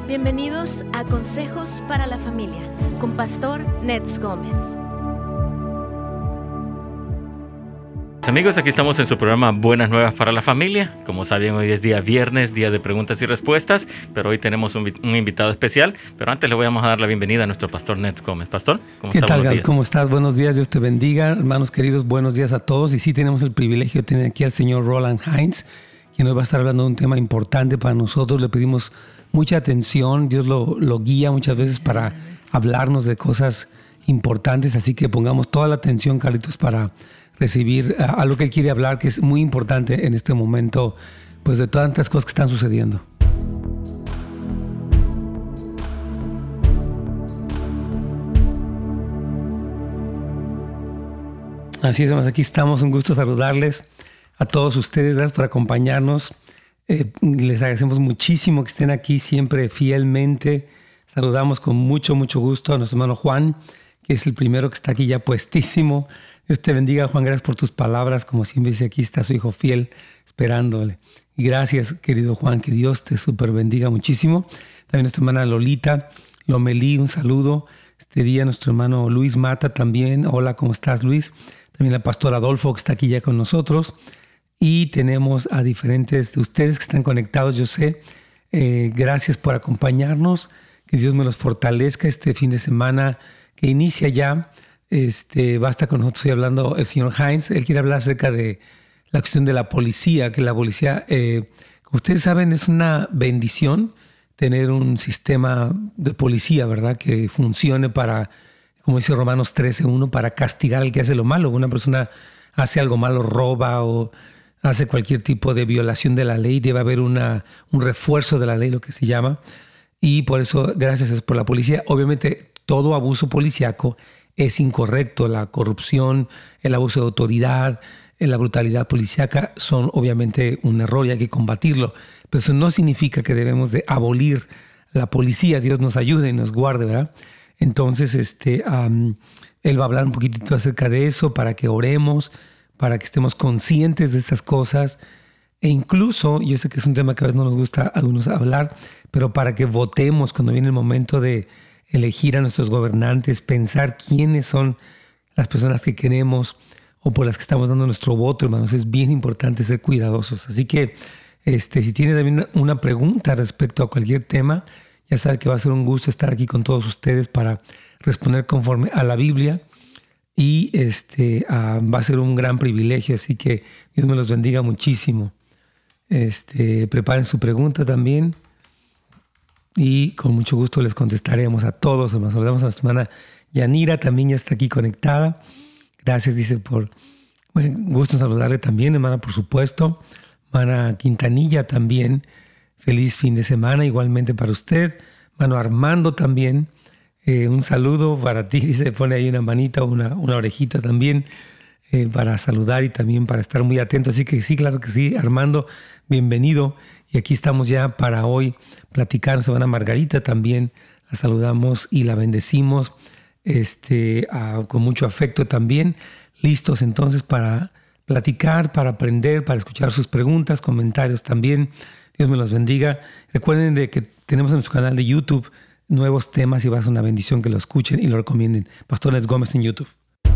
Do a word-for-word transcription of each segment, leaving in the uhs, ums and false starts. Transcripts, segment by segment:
Bienvenidos a Consejos para la Familia con Pastor Nets Gómez. Amigos, aquí estamos en su programa Buenas Nuevas para la Familia. Como saben, hoy es día viernes, día de preguntas y respuestas, pero hoy tenemos un, un invitado especial. Pero antes le vamos a dar la bienvenida a nuestro pastor Nets Gómez. Pastor, ¿cómo ¿Qué está? tal, Buenos Gal? días. ¿Cómo estás? Buenos días, Dios te bendiga. Hermanos queridos, buenos días a todos. Y sí tenemos el privilegio de tener aquí al señor Roland Hines, quien hoy va a estar hablando de un tema importante para nosotros. Le pedimos mucha atención. Dios lo, lo guía muchas veces para hablarnos de cosas importantes. Así que pongamos toda la atención, Carlitos, para recibir a, a lo que él quiere hablar, que es muy importante en este momento, pues de tantas cosas que están sucediendo. Así es, hermanos, aquí estamos. Un gusto saludarles a todos ustedes. Gracias por acompañarnos. Eh, les agradecemos muchísimo que estén aquí siempre fielmente. Saludamos con mucho, mucho gusto a nuestro hermano Juan, que es el primero que está aquí ya puestísimo. Dios te bendiga, Juan. Gracias por tus palabras. Como siempre dice, aquí está su hijo fiel esperándole. Y gracias, querido Juan. Que Dios te super bendiga muchísimo. También nuestra hermana Lolita Lomelí, un saludo. Este día nuestro hermano Luis Mata también. Hola, ¿cómo estás, Luis? También el pastor Adolfo, que está aquí ya con nosotros. Y tenemos a diferentes de ustedes que están conectados, yo sé. Eh, gracias por acompañarnos. Que Dios me los fortalezca este fin de semana que inicia ya. Este, va a estar con nosotros hoy hablando el señor Hines. Él quiere hablar acerca de la cuestión de la policía, que la policía, eh, como ustedes saben, es una bendición tener un sistema de policía, ¿verdad? Que funcione para, como dice Romanos trece uno, para castigar al que hace lo malo. Una persona hace algo malo, roba o hace cualquier tipo de violación de la ley, debe haber una, un refuerzo de la ley, lo que se llama. Y por eso, gracias por la policía. Obviamente, todo abuso policíaco es incorrecto. La corrupción, el abuso de autoridad, la brutalidad policíaca son obviamente un error y hay que combatirlo. Pero eso no significa que debemos de abolir la policía. Dios nos ayude y nos guarde, ¿verdad? Entonces, este, um, él va a hablar un poquitito acerca de eso para que oremos, para que estemos conscientes de estas cosas. E incluso, yo sé que es un tema que a veces no nos gusta a algunos hablar, pero para que votemos cuando viene el momento de elegir a nuestros gobernantes, pensar quiénes son las personas que queremos o por las que estamos dando nuestro voto, hermanos. Es bien importante ser cuidadosos. Así que este, si tiene también una pregunta respecto a cualquier tema, ya sabe que va a ser un gusto estar aquí con todos ustedes para responder conforme a la Biblia. Y este, uh, va a ser un gran privilegio, así que Dios me los bendiga muchísimo. Este, preparen su pregunta también. Y con mucho gusto les contestaremos a todos. Nos saludamos a nuestra hermana Yanira, también ya está aquí conectada. Gracias, dice, por bueno, gusto saludarle también, hermana, por supuesto. Hermana Quintanilla también. Feliz fin de semana, igualmente para usted. Hermano Armando también. Eh, un saludo para ti, dice, pone ahí una manita o una, una orejita también eh, para saludar y también para estar muy atento. Así que sí, claro que sí, Armando, bienvenido. Y aquí estamos ya para hoy platicar. Nuestra hermana Margarita también la saludamos y la bendecimos este, uh, con mucho afecto también. Listos entonces para platicar, para aprender, para escuchar sus preguntas, comentarios también. Dios me los bendiga. Recuerden de que tenemos en nuestro canal de YouTube nuevos temas y va a ser una bendición que lo escuchen y lo recomienden. Pastor Nets Gómez en YouTube.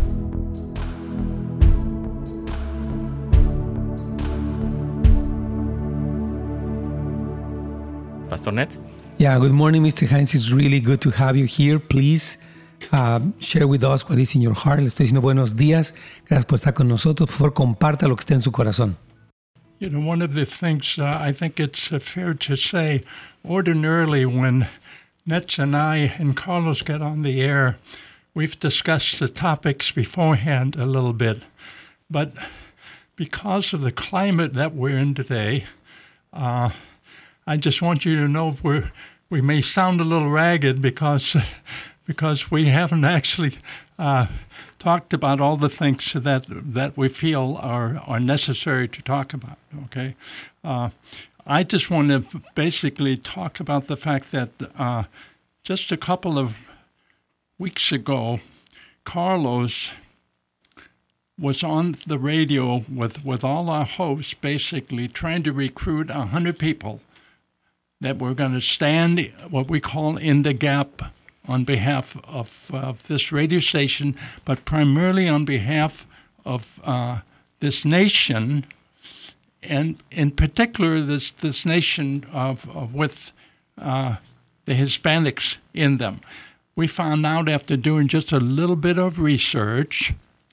Pastor Nets. Yeah, good morning, Mister Hines. It's really good to have you here. Please uh, share with us what is in your heart. Le estoy diciendo buenos días. Gracias por estar con nosotros. Por favor, comparta lo que está en su corazón. You know, one of the things uh, I think it's uh, fair to say, ordinarily when Nets and I and Carlos get on the air, we've discussed the topics beforehand a little bit. But because of the climate that we're in today, uh, I just want you to know we're, we may sound a little ragged because because we haven't actually uh, talked about all the things that that we feel are, are necessary to talk about, okay? Uh, I just want to basically talk about the fact that uh, just a couple of weeks ago, Carlos was on the radio with, with all our hosts basically trying to recruit one hundred people that we're going to stand what we call in the gap on behalf of uh, this radio station, but primarily on behalf of uh, this nation, and in particular this this nation of, of with uh, the Hispanics in them. We found out after doing just a little bit of research.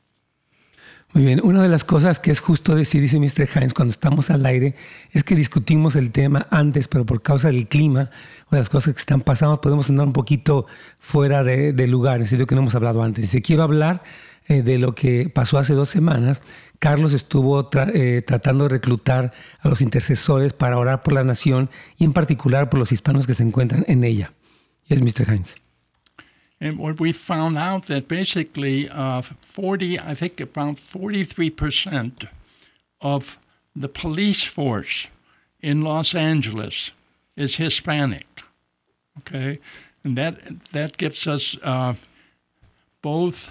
Muy bien, una de las cosas que es justo decir, dice mister Hines, cuando estamos al aire, es que discutimos el tema antes, pero por causa del clima o de las cosas que están pasando, podemos andar un poquito fuera de, de lugar, en el sentido que no hemos hablado antes. Dice, quiero hablar eh, de lo que pasó hace dos semanas. Carlos estuvo tra- eh, tratando de reclutar a los intercesores para orar por la nación y en particular por los hispanos que se encuentran en ella. Yes, mister Hines. And what we found out that basically uh, forty, I think about forty-three percent of the police force in Los Angeles is Hispanic. Okay, and that that gives us uh, both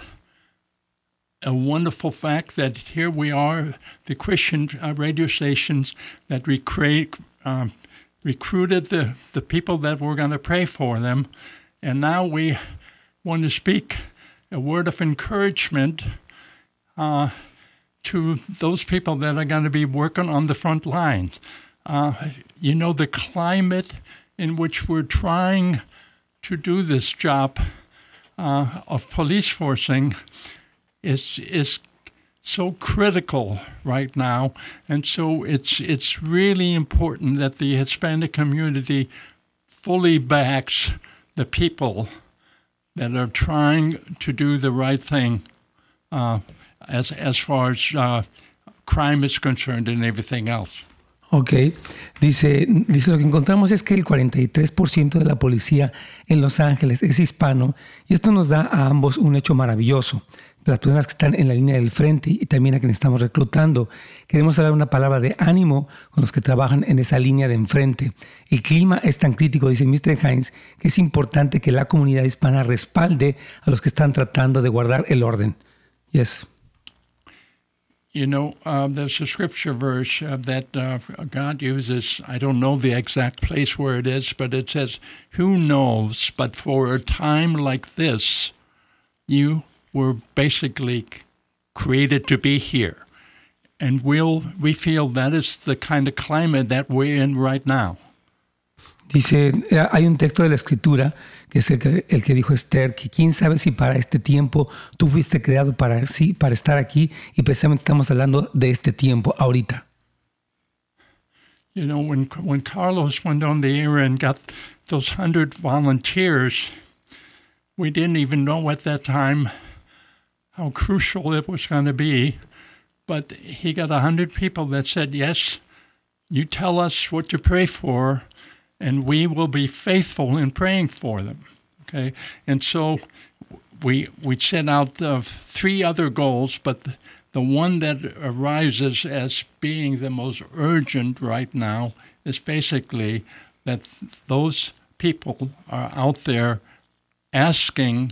a wonderful fact that here we are, the Christian uh, radio stations that recruit, um, recruited the, the people that were going to pray for them, and now we want to speak a word of encouragement uh, to those people that are going to be working on the front lines. Uh, you know, the climate in which we're trying to do this job uh, of police forcing is is so critical right now, and so it's it's really important that the Hispanic community fully backs the people that are trying to do the right thing uh, as as far as uh, crime is concerned and everything else. Ok, dice, dice lo que encontramos es que el cuarenta y tres por ciento de la policía en Los Ángeles es hispano y esto nos da a ambos un hecho maravilloso. Las personas que están en la línea del frente y también a quienes estamos reclutando, queremos hablar una palabra de ánimo con los que trabajan en esa línea de enfrente. El clima es tan crítico, dice mister Hines, que es importante que la comunidad hispana respalde a los que están tratando de guardar el orden. Yes. You know, uh, there's a scripture verse uh, that uh, God uses. I don't know the exact place where it is, but it says, "Who knows, but for a time like this, you were basically created to be here." And we'll, we feel that is the kind of climate that we're in right now. Dice, hay un texto de la Escritura, que es el que, el que dijo Esther, que quién sabe si para este tiempo tú fuiste creado para, sí, para estar aquí, y precisamente estamos hablando de este tiempo, ahorita. You know, when, when Carlos went on the air and got those hundred volunteers, we didn't even know at that time how crucial it was going to be, but he got a hundred people that said, yes, you tell us what to pray for, and we will be faithful in praying for them, okay? And so we we set out the three other goals, but the, the one that arises as being the most urgent right now is basically that those people are out there asking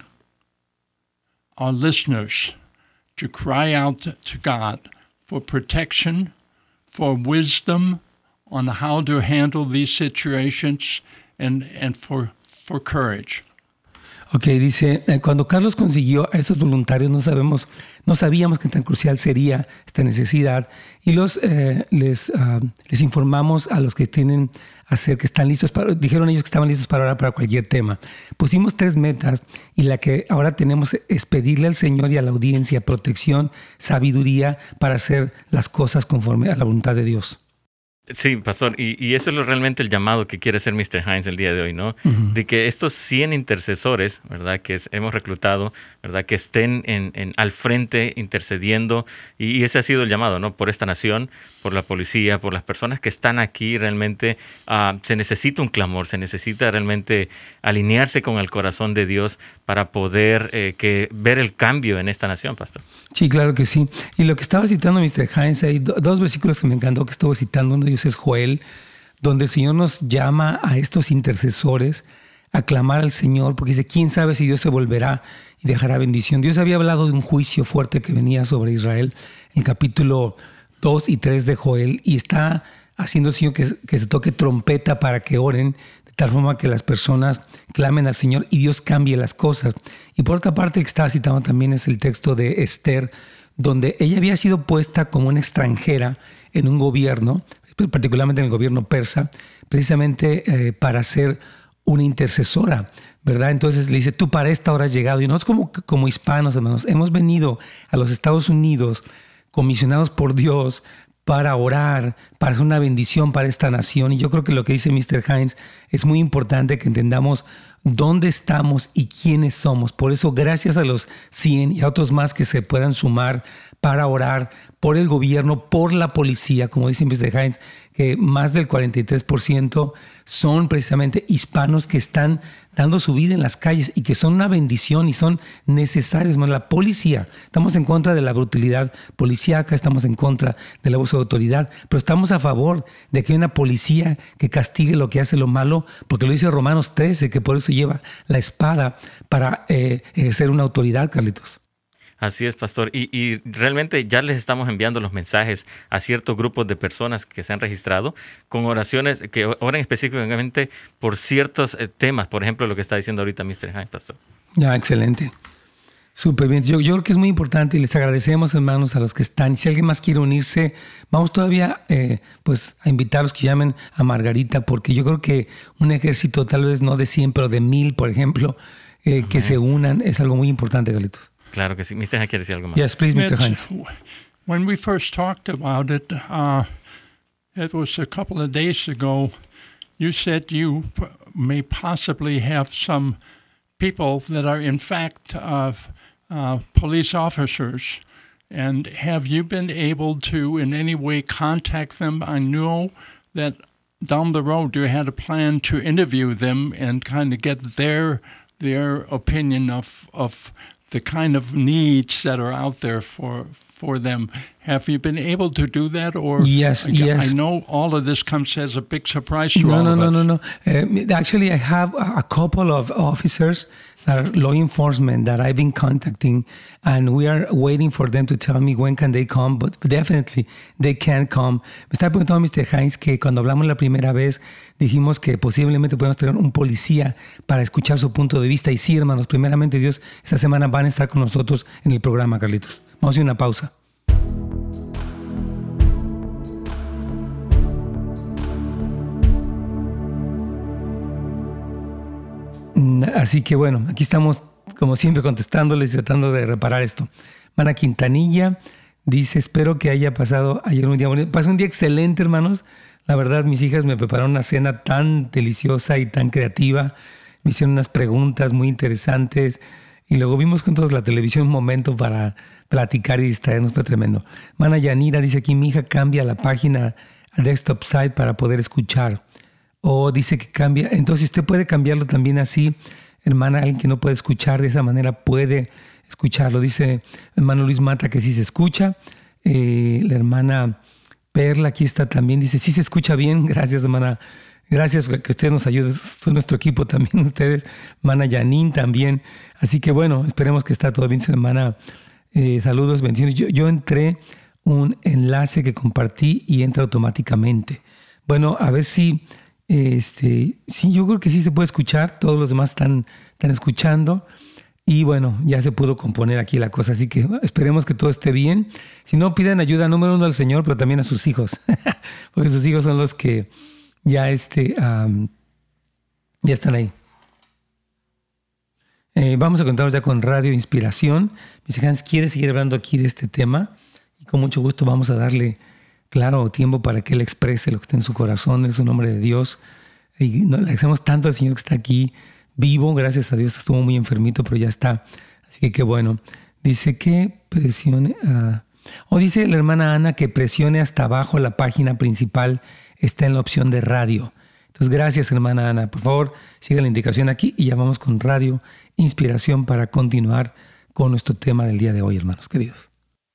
our listeners to cry out to God for protection, for wisdom on how to handle these situations, and, and for, for courage. Ok, dice, cuando Carlos consiguió a estos voluntarios, no sabemos, no sabíamos que tan crucial sería esta necesidad, y los eh, les, uh, les informamos a los que tienen hacer que están listos para, dijeron ellos que estaban listos para orar para cualquier tema. Pusimos tres metas y la que ahora tenemos es pedirle al Señor y a la audiencia protección, sabiduría para hacer las cosas conforme a la voluntad de Dios. Sí, pastor, y, y eso es lo, realmente el llamado que quiere hacer mister Hines el día de hoy, ¿no? Uh-huh. De que estos cien intercesores, ¿verdad?, que es, hemos reclutado, ¿verdad?, que estén en, en, al frente intercediendo, y, y ese ha sido el llamado, ¿no?, por esta nación, por la policía, por las personas que están aquí. Realmente uh, se necesita un clamor, se necesita realmente alinearse con el corazón de Dios para poder eh, que, ver el cambio en esta nación, pastor. Sí, claro que sí. Y lo que estaba citando mister Hines, hay do, dos versículos que me encantó que estuvo citando. Uno de ellos es Joel, donde el Señor nos llama a estos intercesores a clamar al Señor, porque dice, ¿quién sabe si Dios se volverá y dejará bendición? Dios había hablado de un juicio fuerte que venía sobre Israel en el capítulo dos y tres de Joel, y está haciendo Señor que, que se toque trompeta para que oren, de tal forma que las personas clamen al Señor y Dios cambie las cosas. Y por otra parte, el que estaba citando también es el texto de Esther, donde ella había sido puesta como una extranjera en un gobierno, particularmente en el gobierno persa, precisamente eh, para ser una intercesora, ¿verdad? Entonces le dice, tú para esta hora has llegado. Y nosotros como, como hispanos, hermanos, hemos venido a los Estados Unidos comisionados por Dios para orar, para hacer una bendición para esta nación. Y yo creo que lo que dice mister Hines es muy importante que entendamos dónde estamos y quiénes somos. Por eso, gracias a los cien y a otros más que se puedan sumar para orar por el gobierno, por la policía, como dice mister Hines, que más del cuarenta y tres por ciento son precisamente hispanos que están dando su vida en las calles y que son una bendición y son necesarios. La policía, estamos en contra de la brutalidad policíaca, estamos en contra del abuso de autoridad, pero estamos a favor de que haya una policía que castigue lo que hace lo malo, porque lo dice Romanos trece, que por eso lleva la espada para eh, ejercer una autoridad, Carlitos. Así es, pastor. Y, y realmente ya les estamos enviando los mensajes a ciertos grupos de personas que se han registrado con oraciones que oren específicamente por ciertos eh, temas. Por ejemplo, lo que está diciendo ahorita mister Hines, pastor. Ya, excelente. Súper bien. Yo, yo creo que es muy importante y les agradecemos, hermanos, a los que están. Si alguien más quiere unirse, vamos todavía eh, pues, a invitarlos que llamen a Margarita, porque yo creo que un ejército tal vez no de cien, pero de mil, por ejemplo, eh, que se unan, es algo muy importante, Carlitos. Claro que sí. mister Hines quiere decir algo más. Yes, please, mister Hines. When we first talked about it, uh, it was a couple of days ago, you said you p- may possibly have some people that are in fact uh, uh, police officers. And have you been able to in any way contact them? I know that down the road you had a plan to interview them and kind of get their their opinion of of the kind of needs that are out there for for them. Have you been able to do that? Or yes, I, yes. I know all of this comes as a big surprise to no, all no, of no, us. No, no, no. Uh, actually, I have a couple of officers that are law enforcement that I've been contacting, and we are waiting for them to tell me when can they come, but definitely they can come. Me está preguntando mister Hines que cuando hablamos la primera vez dijimos que posiblemente podemos tener un policía para escuchar su punto de vista. Y sí, hermanos, primeramente Dios, esta semana van a estar con nosotros en el programa, Carlitos. Vamos a hacer una pausa. Así que bueno, aquí estamos como siempre contestándoles y tratando de reparar esto. Mana Quintanilla dice, espero que haya pasado ayer un día bonito. Pasó un día excelente, hermanos. La verdad, mis hijas me prepararon una cena tan deliciosa y tan creativa. Me hicieron unas preguntas muy interesantes. Y luego vimos juntos la televisión un momento para platicar y distraernos. Fue tremendo. Mana Yanira dice aquí, mi hija cambia la página a desktop site para poder escuchar. O dice que cambia. Entonces usted puede cambiarlo también así. Hermana, alguien que no puede escuchar de esa manera puede escucharlo. Dice hermano Luis Mata que sí se escucha. Eh, la hermana Perla aquí está también. Dice, sí se escucha bien. Gracias, hermana. Gracias que usted nos ayude. Es nuestro equipo también, ustedes. Hermana Janine también. Así que bueno, esperemos que está todo bien. Hermana, eh, saludos, bendiciones. Yo, yo entré un enlace que compartí y entra automáticamente. Bueno, a ver si... Este, sí, yo creo que sí se puede escuchar. Todos los demás están, están escuchando. Y bueno, ya se pudo componer aquí la cosa. Así que bueno, esperemos que todo esté bien. Si no, pidan ayuda número uno al Señor, pero también a sus hijos. Porque sus hijos son los que ya, este, um, ya están ahí. Eh, vamos a contarnos ya con Radio Inspiración. Mister Hans quiere seguir hablando aquí de este tema. Y con mucho gusto vamos a darle... claro, tiempo para que Él exprese lo que está en su corazón, es un hombre de Dios. Y le agradecemos tanto al Señor que está aquí vivo, gracias a Dios, estuvo muy enfermito, pero ya está. Así que qué bueno. Dice que presione, uh, o dice la hermana Ana que presione hasta abajo la página principal, está en la opción de radio. Entonces, gracias, hermana Ana. Por favor, siga la indicación aquí y ya vamos con Radio Inspiración para continuar con nuestro tema del día de hoy, hermanos queridos.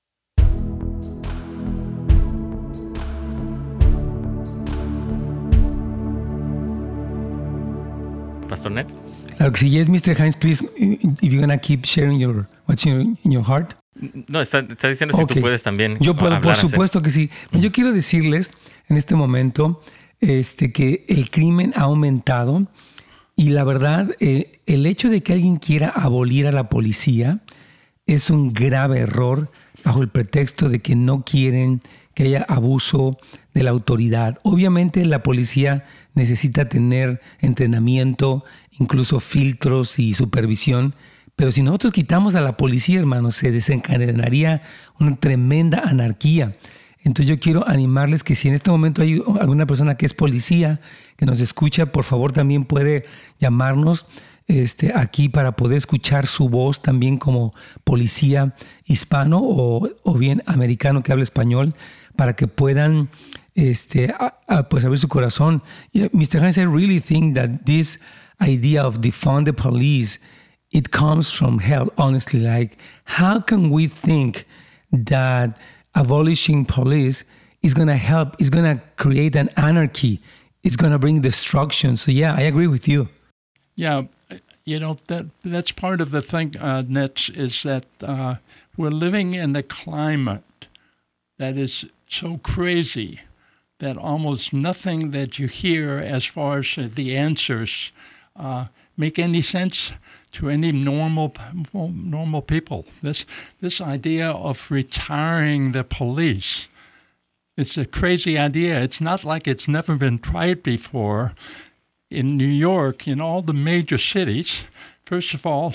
Pastor Ned. Claro que sí. Yes, mister Hines, please, if you're going to keep sharing your what's in your, in your heart. No, está, está diciendo si okay. tú puedes también. Yo puedo, por supuesto que sí. Uh-huh. Yo quiero decirles en este momento este, que el crimen ha aumentado y la verdad, eh, el hecho de que alguien quiera abolir a la policía es un grave error bajo el pretexto de que no quieren que haya abuso de la autoridad. Obviamente la policía necesita tener entrenamiento, incluso filtros y supervisión, pero si nosotros quitamos a la policía, hermanos, se desencadenaría una tremenda anarquía. Entonces yo quiero animarles que si en este momento hay alguna persona que es policía, que nos escucha, por favor también puede llamarnos este, aquí para poder escuchar su voz también como policía hispano o, o bien americano que habla español, para que puedan este, a, a, pues abrir su corazón. Yeah, mister Hines, I really think that this idea of defund the police, it comes from hell, honestly. Like, how can we think that abolishing police is going to help, is going to create an anarchy, it's going to bring destruction? So yeah, I agree with you. Yeah, you know, that that's part of the thing, uh, Nets, is that uh, we're living in a climate that is so crazy that almost nothing that you hear as far as the answers uh, make any sense to any normal normal people. This this idea of retiring the police, it's a crazy idea. It's not like it's never been tried before. In New York, in all the major cities, first of all,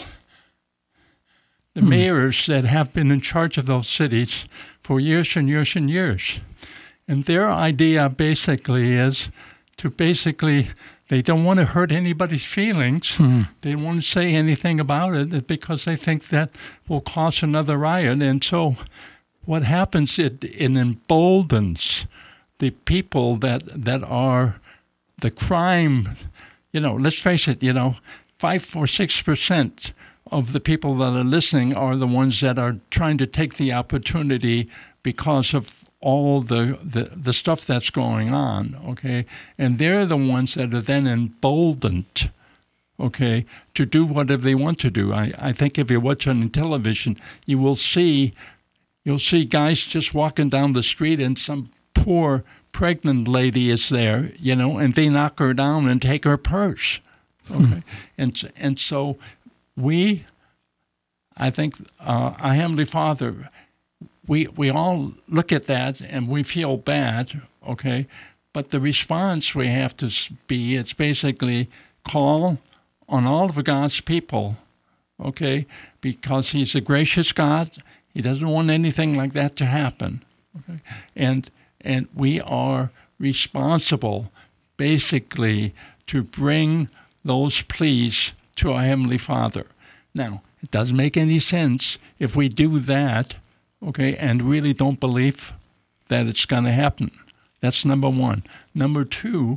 the hmm. mayors that have been in charge of those cities for years and years and years. And their idea basically is to basically, they don't want to hurt anybody's feelings. Mm. They don't want to say anything about it because they think that will cause another riot. And so what happens, it, it emboldens the people that, that are the crime. You know, let's face it, you know, five or six percent of the people that are listening are the ones that are trying to take the opportunity because of all the, the, the stuff that's going on, okay? And they're the ones that are then emboldened, okay, to do whatever they want to do. I, I think if you watch on television, you will see, you'll see guys just walking down the street and some poor pregnant lady is there, you know, and they knock her down and take her purse, okay? Mm. And, and so we, I think, uh, our Heavenly Father, we we all look at that and we feel bad, okay? But the response we have to be, it's basically call on all of God's people, okay? Because He's a gracious God. He doesn't want anything like that to happen, okay? And and we are responsible, basically, to bring those pleas to our Heavenly Father. Now, it doesn't make any sense if we do that, okay, and really don't believe that it's going to happen. That's number one. Number two,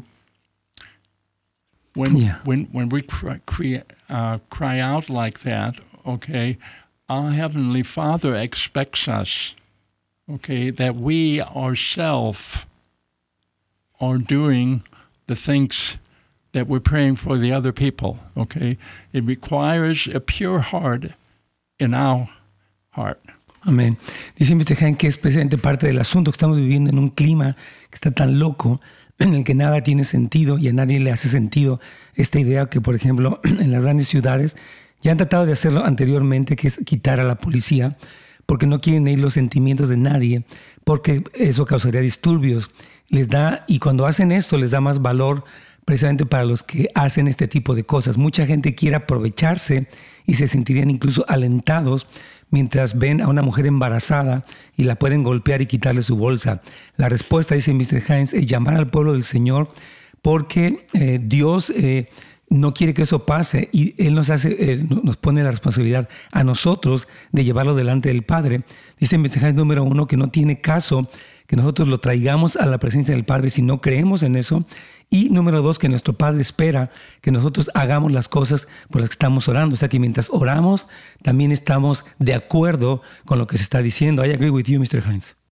when yeah. when when we cry, cry, uh, cry out like that, okay, our Heavenly Father expects us, okay, that we ourselves are doing the things that we're praying for the other people, okay? It requires a pure heart in our heart. Amén. Dice mister Hines que es precisamente parte del asunto, que estamos viviendo en un clima que está tan loco, en el que nada tiene sentido y a nadie le hace sentido esta idea que, por ejemplo, en las grandes ciudades ya han tratado de hacerlo anteriormente, que es quitar a la policía, porque no quieren ir los sentimientos de nadie, porque eso causaría disturbios. Les da, y cuando hacen esto, les da más valor precisamente para los que hacen este tipo de cosas. Mucha gente quiere aprovecharse y se sentirían incluso alentados mientras ven a una mujer embarazada y la pueden golpear y quitarle su bolsa. La respuesta, dice mister Hines, es llamar al pueblo del Señor, porque eh, Dios eh, no quiere que eso pase y Él nos hace, eh, nos pone la responsabilidad a nosotros de llevarlo delante del Padre. Dice mister Hines número uno que no tiene caso que nosotros lo traigamos a la presencia del Padre si no creemos en eso. Y número dos, que nuestro Padre espera que nosotros hagamos las cosas por las que estamos orando. O sea, que mientras oramos, también estamos de acuerdo con lo que se está diciendo. I agree with you, mister Hines.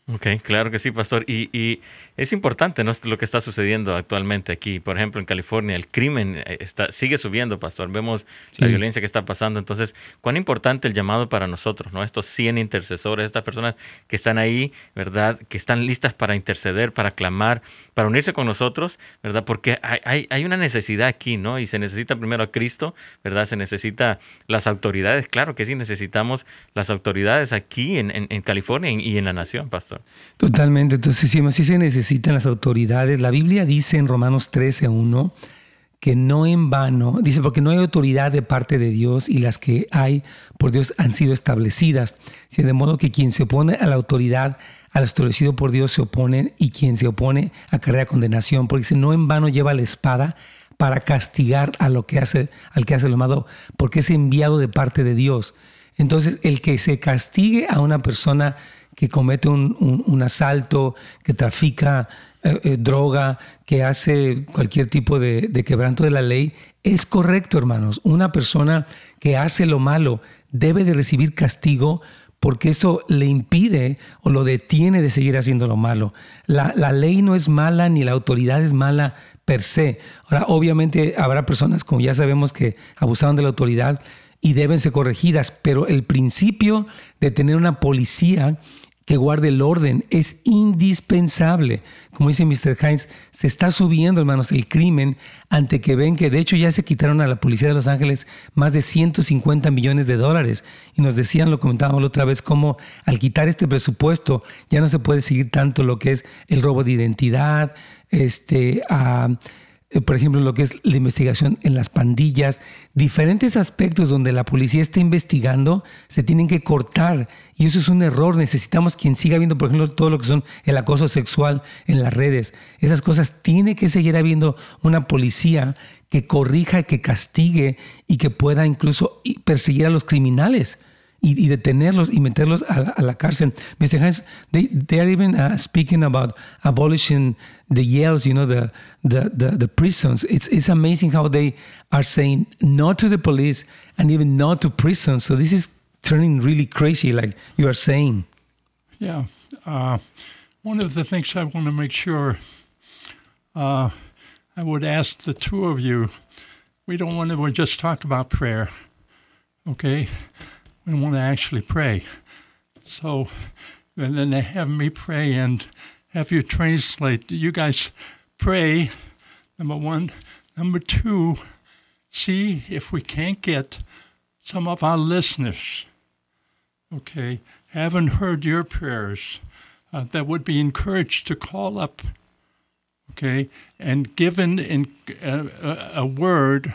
Ok, claro que sí, pastor. Y, y es importante, ¿no?, lo que está sucediendo actualmente aquí. Por ejemplo, en California, el crimen está, sigue subiendo, pastor. Vemos sí. la violencia que está pasando. Entonces, cuán importante el llamado para nosotros, ¿no? Estos cien intercesores, estas personas que están ahí, ¿verdad?, que están listas para interceder, para clamar, para unirse con nosotros, ¿verdad? Porque hay, hay, hay una necesidad aquí, ¿no? Y se necesita primero a Cristo, ¿verdad? Se necesita las autoridades. Claro que sí, necesitamos las autoridades aquí en, en, en California y en la nación, pastor. Totalmente. Entonces, sí, sí se necesitan las autoridades. La Biblia dice en Romanos trece uno que no en vano, dice, porque no hay autoridad de parte de Dios y las que hay por Dios han sido establecidas. De modo que quien se opone a la autoridad, al establecido por Dios, se opone, y quien se opone acarrea condenación. Porque dice, no en vano lleva la espada para castigar a lo que hace, al que hace lo malo, porque es enviado de parte de Dios. Entonces, el que se castigue a una persona que comete un, un, un asalto, que trafica eh, eh, droga, que hace cualquier tipo de, de quebranto de la ley, es correcto, hermanos. Una persona que hace lo malo debe de recibir castigo porque eso le impide o lo detiene de seguir haciendo lo malo. La, la ley no es mala ni la autoridad es mala per se. Ahora, obviamente habrá personas, como ya sabemos, que abusaron de la autoridad y deben ser corregidas, pero el principio de tener una policía que guarde el orden es indispensable. Como dice mister Hines, se está subiendo, hermanos, el crimen ante que ven que de hecho ya se quitaron a la policía de Los Ángeles más de ciento cincuenta millones de dólares. Y nos decían, lo comentábamos la otra vez, cómo al quitar este presupuesto ya no se puede seguir tanto lo que es el robo de identidad, este... Uh, por ejemplo, lo que es la investigación en las pandillas, diferentes aspectos donde la policía está investigando se tienen que cortar y eso es un error. Necesitamos quien siga viendo, por ejemplo, todo lo que son el acoso sexual en las redes. Esas cosas, tiene que seguir habiendo una policía que corrija, que castigue y que pueda incluso perseguir a los criminales y, y detenerlos y meterlos a la, a la cárcel. mister Hines, they, they are even uh, speaking about abolishing the jails, you know, the, the, the, the prisons. It's, it's amazing how they are saying no to the police and even no to prisons. So this is turning really crazy, like you are saying. Yeah. Uh, one of the things I want to make sure, uh, I would ask the two of you, we don't want to just talk about prayer, okay? We want to actually pray. So, and then they have me pray and have you translate. You guys pray, number one. Number two, see if we can't get some of our listeners, okay, haven't heard your prayers, uh, that would be encouraged to call up, okay, and given in, uh, a, a word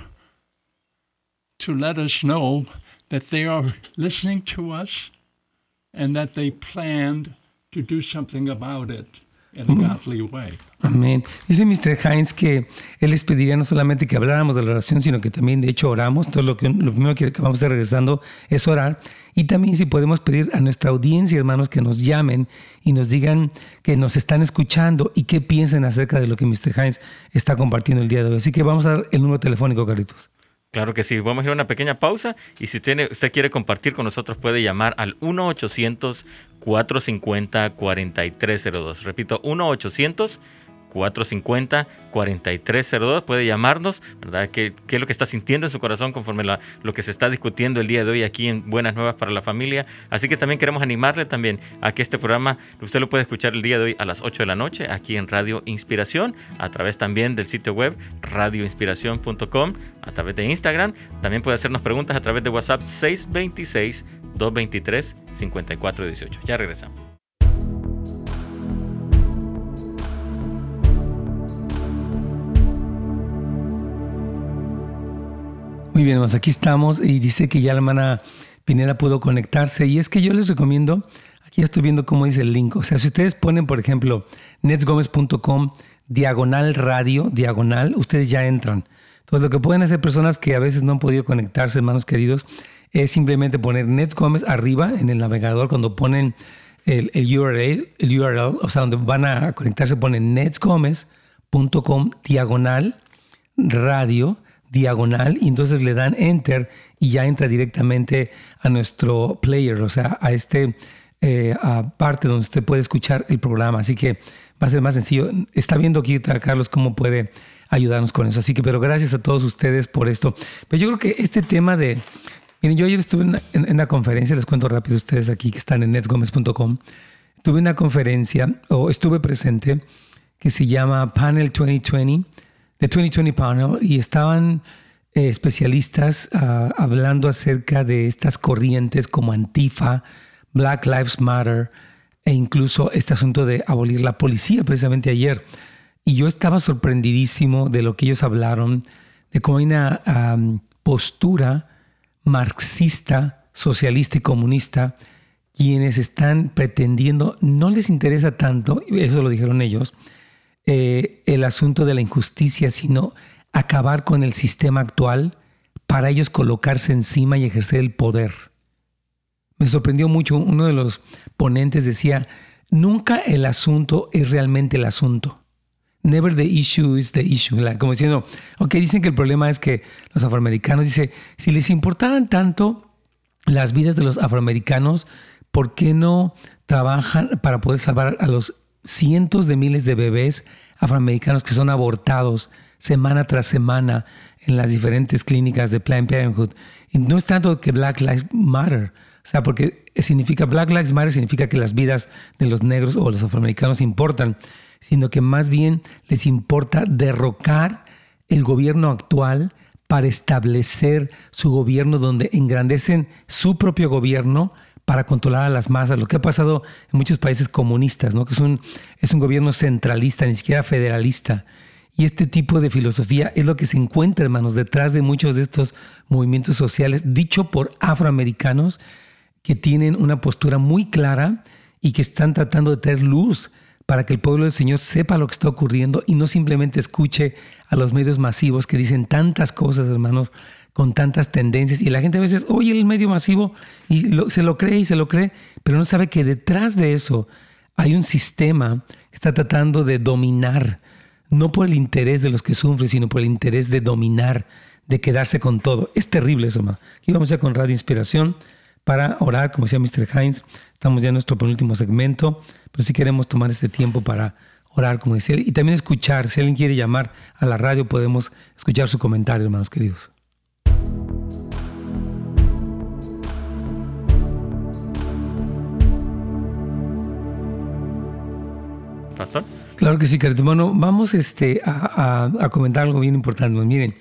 to let us know that they are listening to us and that they planned to do something about it in a godly way. Amén. Dice mister Hines que él les pediría no solamente que habláramos de la oración, sino que también de hecho oramos. Todo lo que lo primero que vamos a estar regresando es orar. Y también si podemos pedir a nuestra audiencia, hermanos, que nos llamen y nos digan que nos están escuchando y qué piensan acerca de lo que mister Hines está compartiendo el día de hoy. Así que vamos a dar el número telefónico, Carlitos. Claro que sí. Vamos a ir a una pequeña pausa y si tiene, usted quiere compartir con nosotros puede llamar al uno ochocientos, cuatrocientos cincuenta, cuarenta y tres cero dos. Repito, uno ochocientos, cuatrocientos cincuenta, cuarenta y tres cero dos. Puede llamarnos, ¿verdad? ¿Qué, qué es lo que está sintiendo en su corazón conforme a lo que se está discutiendo el día de hoy aquí en Buenas Nuevas para la Familia? Así que también queremos animarle también a que este programa usted lo puede escuchar el día de hoy a las ocho de la noche aquí en Radio Inspiración, a través también del sitio web radio inspiración punto com, a través de Instagram. También puede hacernos preguntas a través de WhatsApp seis dos seis, dos dos tres, cinco cuatro uno ocho. Ya regresamos. Muy bien, pues aquí estamos y dice que ya la hermana Pineda pudo conectarse y es que yo les recomiendo, aquí estoy viendo cómo dice el link, o sea, si ustedes ponen, por ejemplo, netsgomez punto com, diagonal radio, diagonal, ustedes ya entran. Entonces, lo que pueden hacer personas que a veces no han podido conectarse, hermanos queridos, es simplemente poner Netsgomez arriba en el navegador. Cuando ponen el, el U R L, el U R L, o sea, donde van a conectarse, ponen netsgomez punto com, diagonal radio, diagonal, y entonces le dan enter y ya entra directamente a nuestro player, o sea, a este eh, parte donde usted puede escuchar el programa. Así que va a ser más sencillo. Está viendo aquí, Carlos, cómo puede ayudarnos con eso. Así que, pero gracias a todos ustedes por esto. Pero yo creo que este tema de... Miren, yo ayer estuve en una, en, en una conferencia, les cuento rápido a ustedes aquí que están en nets gomez punto com. Tuve una conferencia, o estuve presente, que se llama Panel veinte veinte, The veinte veinte Panel, y estaban eh, especialistas uh, hablando acerca de estas corrientes como Antifa, Black Lives Matter, e incluso este asunto de abolir la policía, precisamente ayer. Y yo estaba sorprendidísimo de lo que ellos hablaron, de cómo hay una um, postura marxista, socialista y comunista, quienes están pretendiendo, no les interesa tanto, eso lo dijeron ellos, eh, el asunto de la injusticia, sino acabar con el sistema actual para ellos colocarse encima y ejercer el poder. Me sorprendió mucho, uno de los ponentes decía, nunca el asunto es realmente el asunto. Never the issue is the issue. Como diciendo, ok, dicen que el problema es que los afroamericanos, dice, si les importaran tanto las vidas de los afroamericanos, ¿por qué no trabajan para poder salvar a los cientos de miles de bebés afroamericanos que son abortados semana tras semana en las diferentes clínicas de Planned Parenthood? Y no es tanto que Black Lives Matter, o sea, porque significa Black Lives Matter significa que las vidas de los negros o los afroamericanos importan, sino que más bien les importa derrocar el gobierno actual para establecer su gobierno donde engrandecen su propio gobierno para controlar a las masas. Lo que ha pasado en muchos países comunistas, ¿no? Que es un, es un gobierno centralista, ni siquiera federalista. Y este tipo de filosofía es lo que se encuentra, hermanos, detrás de muchos de estos movimientos sociales, dicho por afroamericanos que tienen una postura muy clara y que están tratando de traer luz para que el pueblo del Señor sepa lo que está ocurriendo y no simplemente escuche a los medios masivos que dicen tantas cosas, hermanos, con tantas tendencias. Y la gente a veces oye el medio masivo y lo, se lo cree y se lo cree, pero no sabe que detrás de eso hay un sistema que está tratando de dominar, no por el interés de los que sufren, sino por el interés de dominar, de quedarse con todo. Es terrible eso, hermano. Aquí vamos ya con Radio Inspiración para orar, como decía mister Hines. Estamos ya en nuestro penúltimo segmento, pero sí queremos tomar este tiempo para orar, como decía él, y también escuchar. Si alguien quiere llamar a la radio, podemos escuchar su comentario, hermanos queridos. ¿Pastor? Claro que sí, Carlitos. Bueno, vamos este, a, a, a comentar algo bien importante. Miren,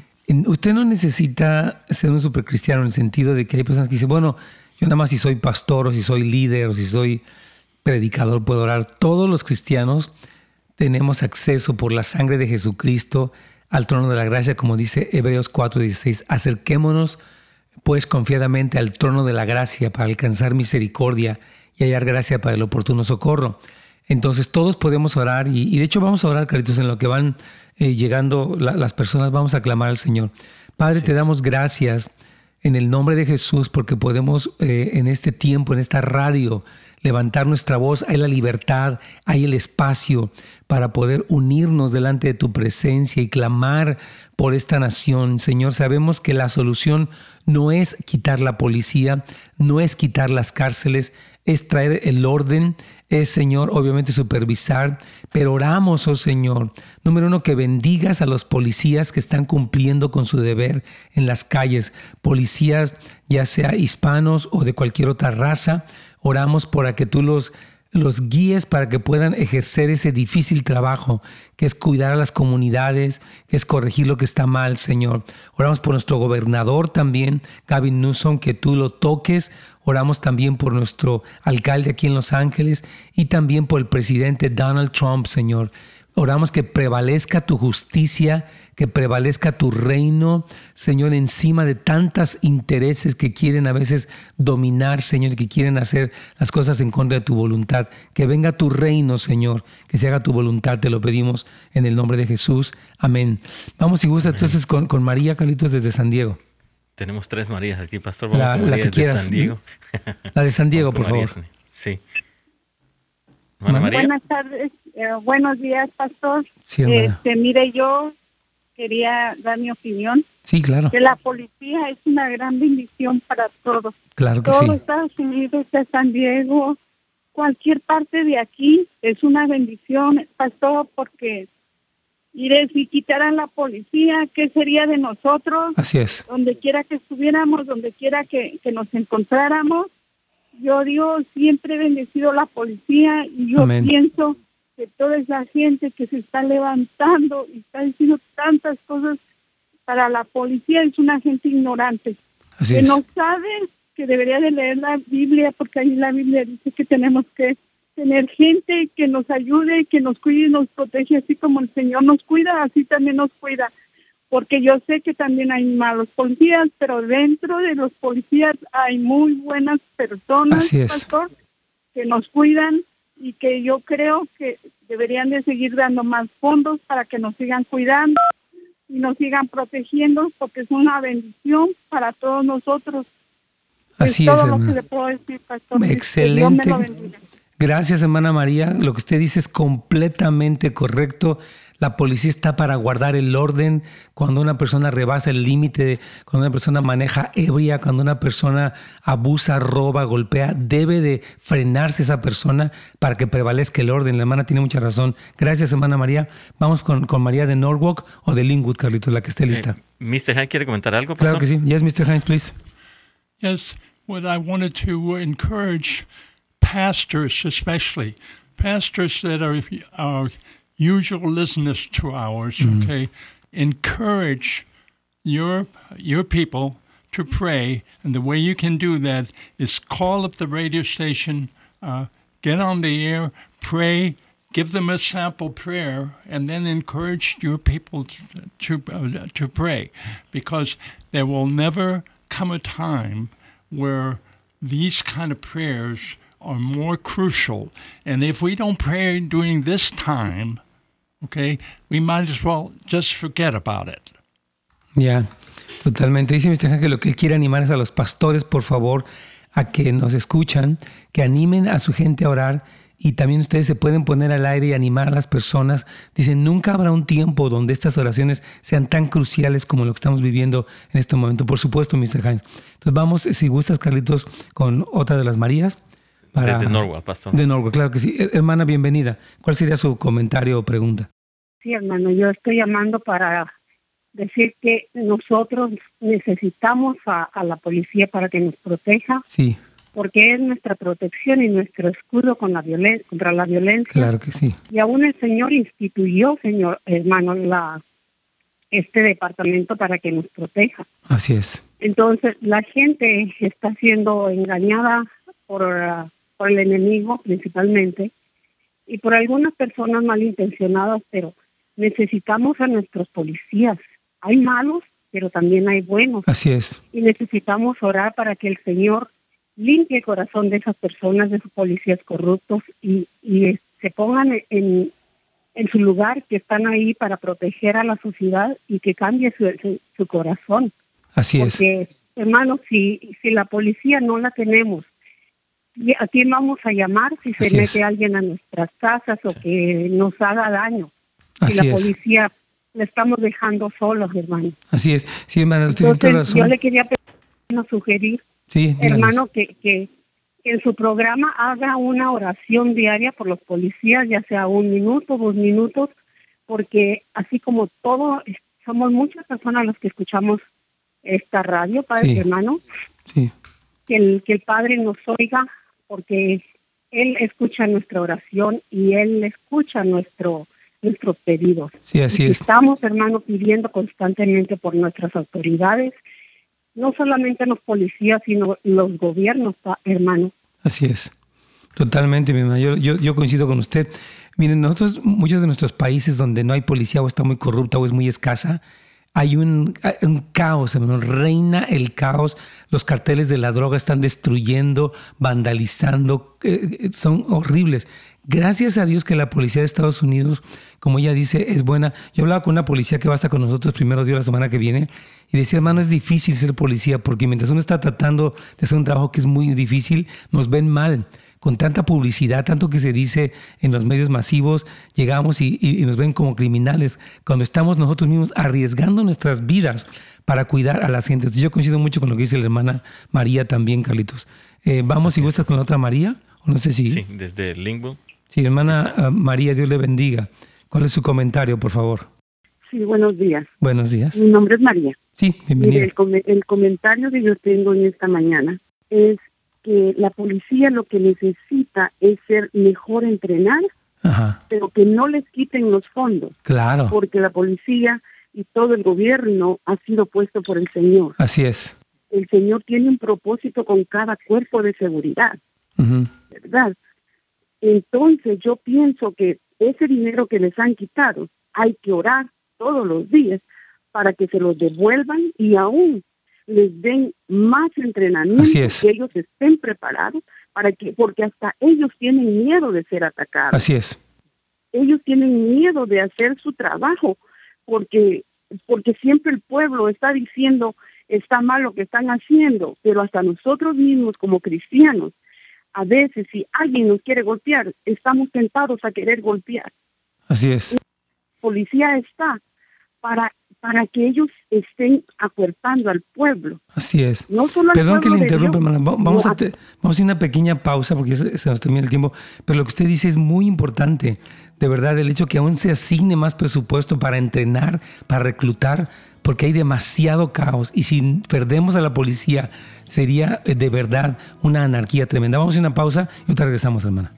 usted no necesita ser un supercristiano en el sentido de que hay personas que dicen, bueno, yo nada más si soy pastor o si soy líder o si soy predicador puedo orar. Todos los cristianos tenemos acceso por la sangre de Jesucristo al trono de la gracia, como dice Hebreos cuatro dieciséis. Acerquémonos pues confiadamente al trono de la gracia para alcanzar misericordia y hallar gracia para el oportuno socorro. Entonces todos podemos orar y, y de hecho vamos a orar, Carlitos, en lo que van eh, llegando la, las personas, vamos a clamar al Señor. Padre, sí. Te damos gracias en el nombre de Jesús porque podemos eh, en este tiempo, en esta radio, levantar nuestra voz. Hay la libertad, hay el espacio para poder unirnos delante de tu presencia y clamar por esta nación. Señor, sabemos que la solución no es quitar la policía, no es quitar las cárceles, es traer el orden, es, Señor, obviamente supervisar, pero oramos, oh Señor, número uno, que bendigas a los policías que están cumpliendo con su deber en las calles, policías ya sea hispanos o de cualquier otra raza. Oramos para que tú los, los guíes para que puedan ejercer ese difícil trabajo que es cuidar a las comunidades, que es corregir lo que está mal, Señor. Oramos por nuestro gobernador también, Gavin Newsom, que tú lo toques. Oramos también por nuestro alcalde aquí en Los Ángeles y también por el presidente Donald Trump, Señor. Oramos que prevalezca tu justicia, que prevalezca tu reino, Señor, encima de tantos intereses que quieren a veces dominar, Señor, y que quieren hacer las cosas en contra de tu voluntad. Que venga tu reino, Señor, que se haga tu voluntad, te lo pedimos en el nombre de Jesús. Amén. Vamos, si gusta, entonces con, con María Carlitos desde San Diego. Tenemos tres Marías aquí, Pastor. Vamos La, con la María que quieras. de San Diego. La de San Diego, por María, favor. Sí. María. Buenas tardes, eh, buenos días, Pastor. Sí, hermana. Este, mire, yo quería dar mi opinión. Sí, claro. Que la policía es una gran bendición para todos. Claro que Todo sí. Estados Unidos, de San Diego, cualquier parte de aquí es una bendición, pastor, porque mire, si quitaran la policía, ¿qué sería de nosotros? Así es. Donde quiera que estuviéramos, donde quiera que, que nos encontráramos, yo Dios siempre he bendecido la policía y yo Amén. pienso que toda esa gente que se está levantando y está diciendo tantas cosas para la policía es una gente ignorante, Así que es. no sabe que debería de leer la Biblia, porque ahí la Biblia dice que tenemos que tener gente que nos ayude, que nos cuide y nos protege, así como el Señor nos cuida, así también nos cuida, porque yo sé que también hay malos policías, pero dentro de los policías hay muy buenas personas, Así es. pastor, que nos cuidan y que yo creo que deberían de seguir dando más fondos para que nos sigan cuidando y nos sigan protegiendo, porque es una bendición para todos nosotros. Así es todo es, lo hermana. que le puedo decir, pastor. Excelente. Que Dios me lo bendiga. Gracias, hermana María. Lo que usted dice es completamente correcto. La policía está para guardar el orden cuando una persona rebasa el límite, cuando una persona maneja ebria, cuando una persona abusa, roba, golpea. Debe de frenarse esa persona para que prevalezca el orden. La hermana tiene mucha razón. Gracias, hermana María. Vamos con, con María de Norwalk o de Linwood, Carlitos, la que esté lista. Eh, mister Hines, ¿quiere comentar algo, pastor? Claro que sí. Yes, mister Hines, please. Yes, what I wanted to encourage pastors, especially pastors that are our usual listeners to ours, Mm-hmm. okay, encourage your your people to pray, and the way you can do that is call up the radio station, uh, get on the air, pray, give them a sample prayer, and then encourage your people to to, uh, to pray, because there will never come a time where these kind of prayers are more crucial. And if we don't pray during this time, okay, we might as well just forget about it. Ya, totalmente. Dice mister Hines que lo que él quiere animar es a los pastores, por favor, a que nos escuchan, que animen a su gente a orar. Y también ustedes se pueden poner al aire y animar a las personas. Dicen, nunca habrá un tiempo donde estas oraciones sean tan cruciales como lo que estamos viviendo en este momento. Por supuesto, mister Hines. Entonces vamos, si gustas, Carlitos, con otra de las Marías. Para... De, de Norwalk, pastor. De Norwalk, claro que sí. Hermana, bienvenida. ¿Cuál sería su comentario o pregunta? Sí, hermano, yo estoy llamando para decir que nosotros necesitamos a, a la policía para que nos proteja. Sí. Porque es nuestra protección y nuestro escudo con la violen- contra la violencia. Claro que sí. Y aún el Señor instituyó, señor hermano, la este departamento para que nos proteja. Así es. Entonces, la gente está siendo engañada por, uh, por el enemigo principalmente y por algunas personas malintencionadas, pero necesitamos a nuestros policías. Hay malos, pero también hay buenos. Así es. Y necesitamos orar para que el Señor limpie el corazón de esas personas, de esos policías corruptos y, y se pongan en, en su lugar, que están ahí para proteger a la sociedad y que cambie su, su, su corazón. Así es. Porque, hermanos, si, si la policía no la tenemos, ¿a quién vamos a llamar si se Así mete es. alguien a nuestras casas o que nos haga daño? Si Así la es. policía la estamos dejando solos, hermano. Así es. Sí, hermana, usted tiene toda Entonces, razón. yo le quería pedir, sugerir, Sí, díganos. hermano, que, que en su programa haga una oración diaria por los policías, ya sea un minuto, dos minutos, porque así como todo, somos muchas personas las que escuchamos esta radio, Padre Sí. hermano, Sí. que el, que el Padre nos oiga, porque Él escucha nuestra oración y Él escucha nuestro nuestros pedidos. Sí, así y es. Estamos, hermano, pidiendo constantemente por nuestras autoridades, no solamente los policías, sino los gobiernos, pa- hermano. Así es. Totalmente, mi hermana. Yo, yo, yo coincido con usted. Miren, nosotros, muchos de nuestros países donde no hay policía o está muy corrupta o es muy escasa, hay un, hay un caos, hermano. Reina el caos. Los carteles de la droga están destruyendo, vandalizando, eh, son horribles. Gracias a Dios que la policía de Estados Unidos, como ella dice, es buena. Yo hablaba con una policía que va a estar con nosotros primero Dios la semana que viene y decía, hermano, es difícil ser policía porque mientras uno está tratando de hacer un trabajo que es muy difícil, nos ven mal. con tanta publicidad, tanto que se dice en los medios masivos, llegamos y, y, y nos ven como criminales, cuando estamos nosotros mismos arriesgando nuestras vidas para cuidar a la gente. Entonces, yo coincido mucho con lo que dice la hermana María también, Carlitos. Eh, vamos, si gustas, con la otra María, o no sé si... Sí, desde Linwood. Sí, hermana uh, María, Dios le bendiga. ¿Cuál es su comentario, por favor? Sí, buenos días. Buenos días. Mi nombre es María. Sí, bienvenida. Mire, el, com el comentario que yo tengo en esta mañana es que la policía lo que necesita es ser mejor entrenada, Ajá. pero que no les quiten los fondos. Claro. Porque la policía y todo el gobierno ha sido puesto por el Señor. Así es. El Señor tiene un propósito con cada cuerpo de seguridad, Uh-huh. ¿verdad? Entonces yo pienso que ese dinero que les han quitado, hay que orar todos los días para que se los devuelvan y aún les den más entrenamiento, Así es. que ellos estén preparados, para que porque hasta ellos tienen miedo de ser atacados. Así es. Ellos tienen miedo de hacer su trabajo porque porque siempre el pueblo está diciendo está mal lo que están haciendo, pero hasta nosotros mismos como cristianos, a veces si alguien nos quiere golpear, estamos tentados a querer golpear. Así es. La policía está para para que ellos estén acuerpando al pueblo. Así es. No solo al Perdón que pueblo le de interrumpa, Dios, hermana. Va- Vamos, no, a te- vamos a hacer una pequeña pausa porque se, se nos termina el tiempo. Pero lo que usted dice es muy importante. De verdad, el hecho que aún se asigne más presupuesto para entrenar, para reclutar, porque hay demasiado caos. Y si perdemos a la policía, sería eh, de verdad una anarquía tremenda. Vamos a hacer una pausa y ahorita regresamos, hermana.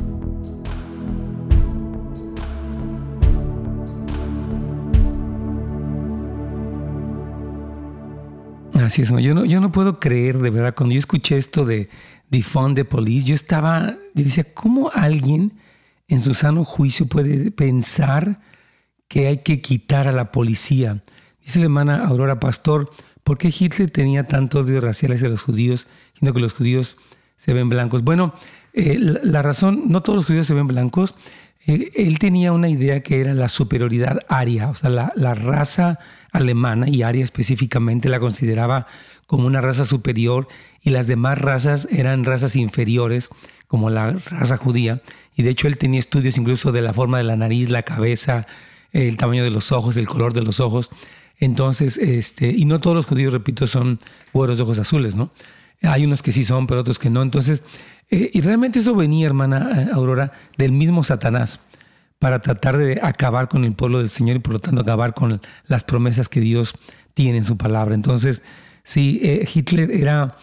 Así es, ¿no? yo no, yo no puedo creer, de verdad, cuando yo escuché esto de defund the police, yo estaba, yo decía, ¿cómo alguien en su sano juicio puede pensar que hay que quitar a la policía? Dice la hermana Aurora Pastor, ¿por qué Hitler tenía tanto odio racial hacia los judíos, siendo que los judíos se ven blancos? Bueno, eh, la, la razón, no todos los judíos se ven blancos. Eh, él tenía una idea que era la superioridad aria, o sea, la, la raza alemana y aria específicamente la consideraba como una raza superior y las demás razas eran razas inferiores, como la raza judía. Y de hecho él tenía estudios incluso de la forma de la nariz, la cabeza, el tamaño de los ojos, el color de los ojos. Entonces, este, y no todos los judíos, repito, son güeros de ojos azules, ¿no? Hay unos que sí son, pero otros que no. Entonces, eh, y realmente eso venía, hermana Aurora, del mismo Satanás, para tratar de acabar con el pueblo del Señor y por lo tanto acabar con las promesas que Dios tiene en su palabra. Entonces, sí, eh, Hitler era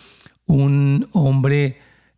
un hombre,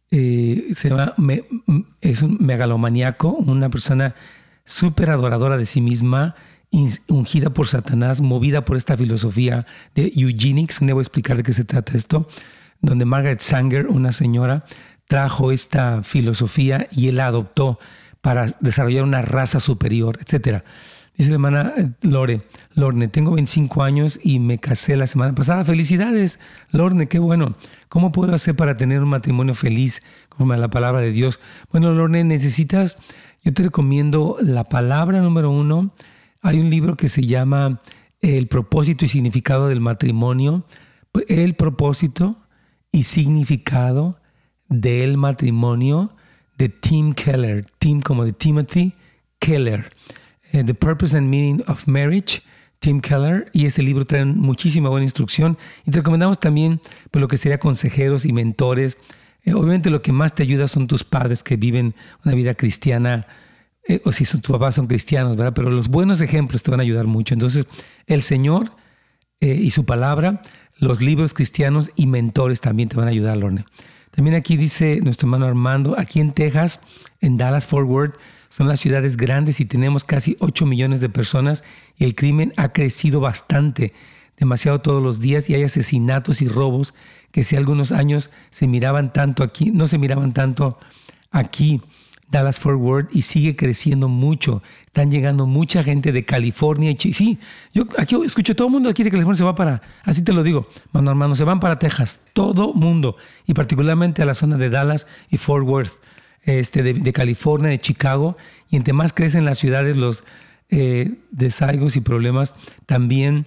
eh, se llama, me, es un megalomaníaco, una persona súper adoradora de sí misma, ungida por Satanás, movida por esta filosofía de eugenics. Debo explicar de qué se trata esto, donde Margaret Sanger, una señora, trajo esta filosofía y él la adoptó para desarrollar una raza superior, etcétera. Dice la hermana Lore, Lorne, tengo veinticinco años y me casé la semana pasada. ¡Felicidades, Lorne! ¡Qué bueno! ¿Cómo puedo hacer para tener un matrimonio feliz conforme a la palabra de Dios? Bueno, Lorne, necesitas, yo te recomiendo la palabra número uno. Hay un libro que se llama El propósito y significado del matrimonio. El propósito y significado del matrimonio de Tim Keller. Tim como de Timothy Keller. Uh, The Purpose and Meaning of Marriage, Tim Keller. Y este libro trae muchísima buena instrucción. Y te recomendamos también pues, lo que sería consejeros y mentores. Eh, obviamente lo que más te ayuda son tus padres que viven una vida cristiana, eh, o si sus papás son cristianos, ¿verdad? Pero los buenos ejemplos te van a ayudar mucho. Entonces, el Señor eh, y su palabra, los libros cristianos y mentores también te van a ayudar, Lorne. También aquí dice nuestro hermano Armando, aquí en Texas, en Dallas, Fort Worth, son las ciudades grandes y tenemos casi ocho millones de personas y el crimen ha crecido bastante, demasiado todos los días, y hay asesinatos y robos que si algunos años se miraban tanto aquí, no se miraban tanto aquí, Dallas, Fort Worth, y sigue creciendo mucho. Están llegando mucha gente de California y Ch- sí, yo aquí escucho todo el mundo aquí de California se va para, así te lo digo, mano hermano, se van para Texas, todo mundo, y particularmente a la zona de Dallas y Fort Worth, este, de, de California, de Chicago, y entre más crecen las ciudades, los eh, desargos y problemas, también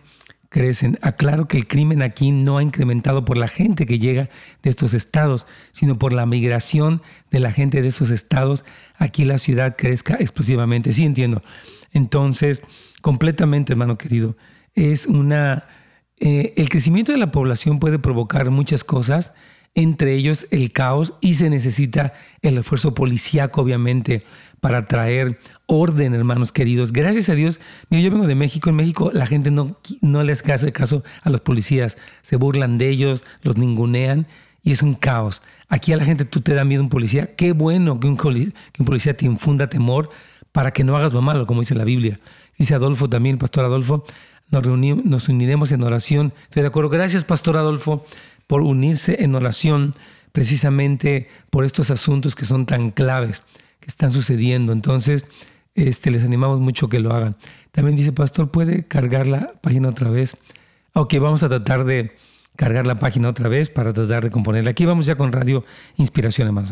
crecen. Aclaro que el crimen aquí no ha incrementado por la gente que llega de estos estados, sino por la migración de la gente de esos estados. Aquí la ciudad crezca explosivamente. Sí, entiendo. Entonces, completamente, hermano querido, es una... Eh, el crecimiento de la población puede provocar muchas cosas, entre ellos el caos, y se necesita el esfuerzo policíaco, obviamente, para traer orden, hermanos queridos. Gracias a Dios. Mira, yo vengo de México. En México la gente no, no les hace caso a los policías. Se burlan de ellos, los ningunean y es un caos. Aquí a la gente tú te da miedo un policía. Qué bueno que un, que un policía te infunda temor para que no hagas lo malo, como dice la Biblia. Dice Adolfo también, el pastor Adolfo, nos, reunimos, nos uniremos en oración. Estoy de acuerdo. Gracias, pastor Adolfo, por unirse en oración precisamente por estos asuntos que son tan claves que están sucediendo. Entonces, este, les animamos mucho que lo hagan. También dice, pastor, ¿puede cargar la página otra vez? Ok, vamos a tratar de cargar la página otra vez para tratar de componerla. Aquí vamos ya con Radio Inspiración, hermanos.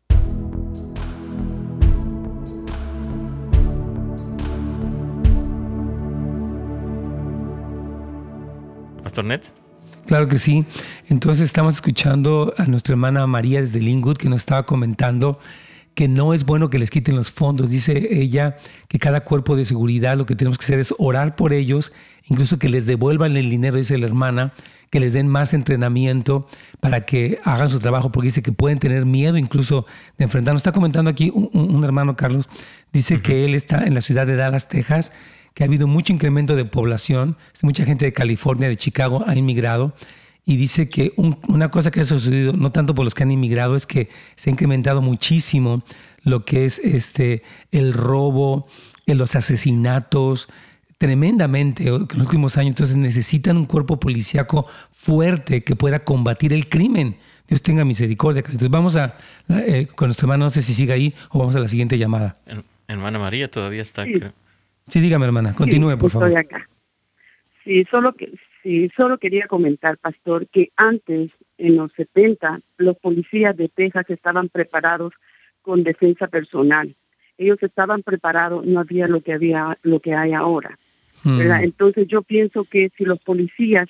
Pastor Nets. Claro que sí. Entonces estamos escuchando a nuestra hermana María desde Linwood, que nos estaba comentando que no es bueno que les quiten los fondos. Dice ella que cada cuerpo de seguridad lo que tenemos que hacer es orar por ellos, incluso que les devuelvan el dinero, dice la hermana, que les den más entrenamiento para que hagan su trabajo, porque dice que pueden tener miedo incluso de enfrentarnos. Está comentando aquí un, un, un hermano, Carlos, dice uh-huh. que él está en la ciudad de Dallas, Texas, que ha habido mucho incremento de población, mucha gente de California, de Chicago ha inmigrado, y dice que un, una cosa que ha sucedido, no tanto por los que han inmigrado, es que se ha incrementado muchísimo lo que es este el robo, los asesinatos, tremendamente en los últimos años. Entonces necesitan un cuerpo policíaco fuerte que pueda combatir el crimen. Dios tenga misericordia. Entonces vamos a, eh, con nuestra hermana, no sé si sigue ahí o vamos a la siguiente llamada. Hermana María todavía está. Sí, sí dígame, hermana, continúe, sí, por favor. Estoy acá. Sí, solo que sí, solo quería comentar, pastor, que antes, en los setenta, los policías de Texas estaban preparados con defensa personal. Ellos estaban preparados, no había lo que había, lo que hay ahora, ¿verdad? Hmm. Entonces yo pienso que si los policías,